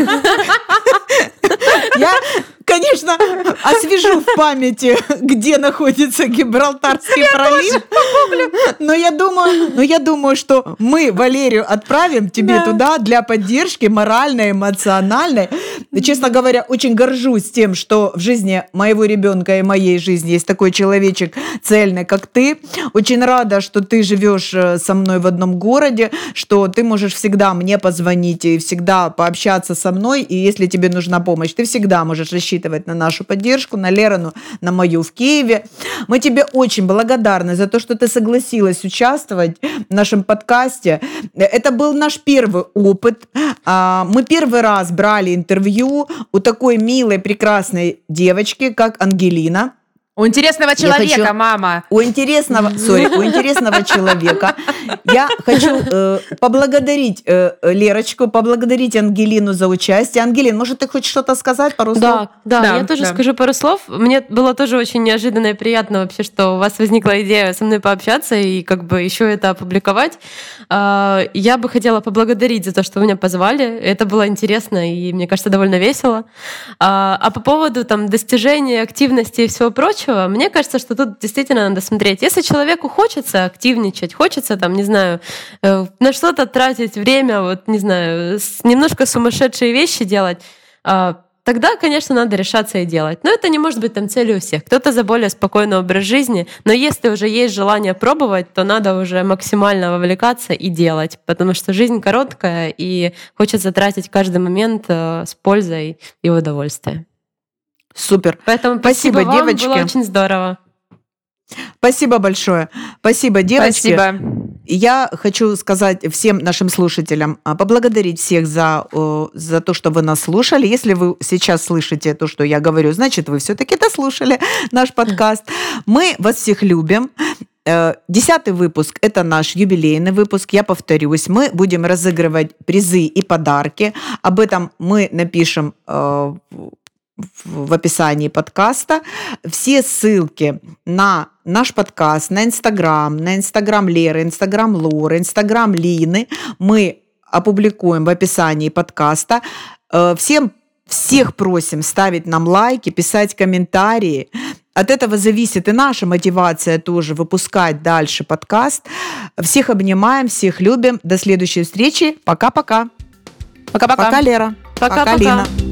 S1: Я, конечно, освежу в памяти, где находится Гибралтарский пролив. Но я думаю, что мы Валерию отправим тебе туда для поддержки моральной, эмоциональной. Честно говоря, очень горжусь тем, что в жизни моего ребенка и моей жизни есть такой человечек цельный, как ты. Очень рада, что ты живешь со мной в одном городе, что ты можешь всегда мне позвонить и всегда пообщаться со мной. И если тебе нужна помощь, ты всегда можешь рассчитывать на нашу поддержку, на Лерину, на мою в Киеве. Мы тебе очень благодарны за то, что ты согласилась участвовать в нашем подкасте. Это был наш первый опыт. Мы первый раз брали интервью у такой милой, прекрасной девочки, как Ангелина.
S2: У интересного человека, мама.
S1: У интересного человека. Я хочу поблагодарить Лерочку, поблагодарить Ангелину за участие. Ангелин, может, ты хочешь что-то сказать, пару слов?
S3: Да, я тоже скажу пару слов. Мне было тоже очень неожиданно и приятно вообще, что у вас возникла идея со мной пообщаться и как бы еще это опубликовать. Я бы хотела поблагодарить за то, что вы меня позвали. Это было интересно и, мне кажется, довольно весело. А по поводу там достижения, активности и всего прочего, мне кажется, что тут действительно надо смотреть. Если человеку хочется активничать, хочется там, не знаю, на что-то тратить время, вот, не знаю, немножко сумасшедшие вещи делать, тогда, конечно, надо решаться и делать. Но это не может быть там целью у всех. Кто-то за более спокойный образ жизни, но если уже есть желание пробовать, то надо уже максимально вовлекаться и делать, потому что жизнь короткая, и хочется тратить каждый момент с пользой и удовольствием.
S1: Супер.
S3: Поэтому
S1: спасибо
S3: вам,
S1: девочки.
S3: Было очень здорово.
S1: Спасибо большое. Спасибо, девочки.
S2: Спасибо.
S1: Я хочу сказать всем нашим слушателям, поблагодарить всех за то, что вы нас слушали. Если вы сейчас слышите то, что я говорю, значит, вы все-таки дослушали наш подкаст. Мы вас всех любим. 10-й выпуск – это наш юбилейный выпуск. Я повторюсь, мы будем разыгрывать призы и подарки. Об этом мы напишем в описании подкаста. Все ссылки на наш подкаст, на Инстаграм Леры, Инстаграм Лоры, Инстаграм Лины мы опубликуем в описании подкаста. Всех просим ставить нам лайки, писать комментарии. От этого зависит и наша мотивация тоже выпускать дальше подкаст. Всех обнимаем, всех любим. До следующей встречи. Пока-пока.
S2: Пока-пока.
S1: Пока, Лера.
S3: Пока-пока.
S1: Лина.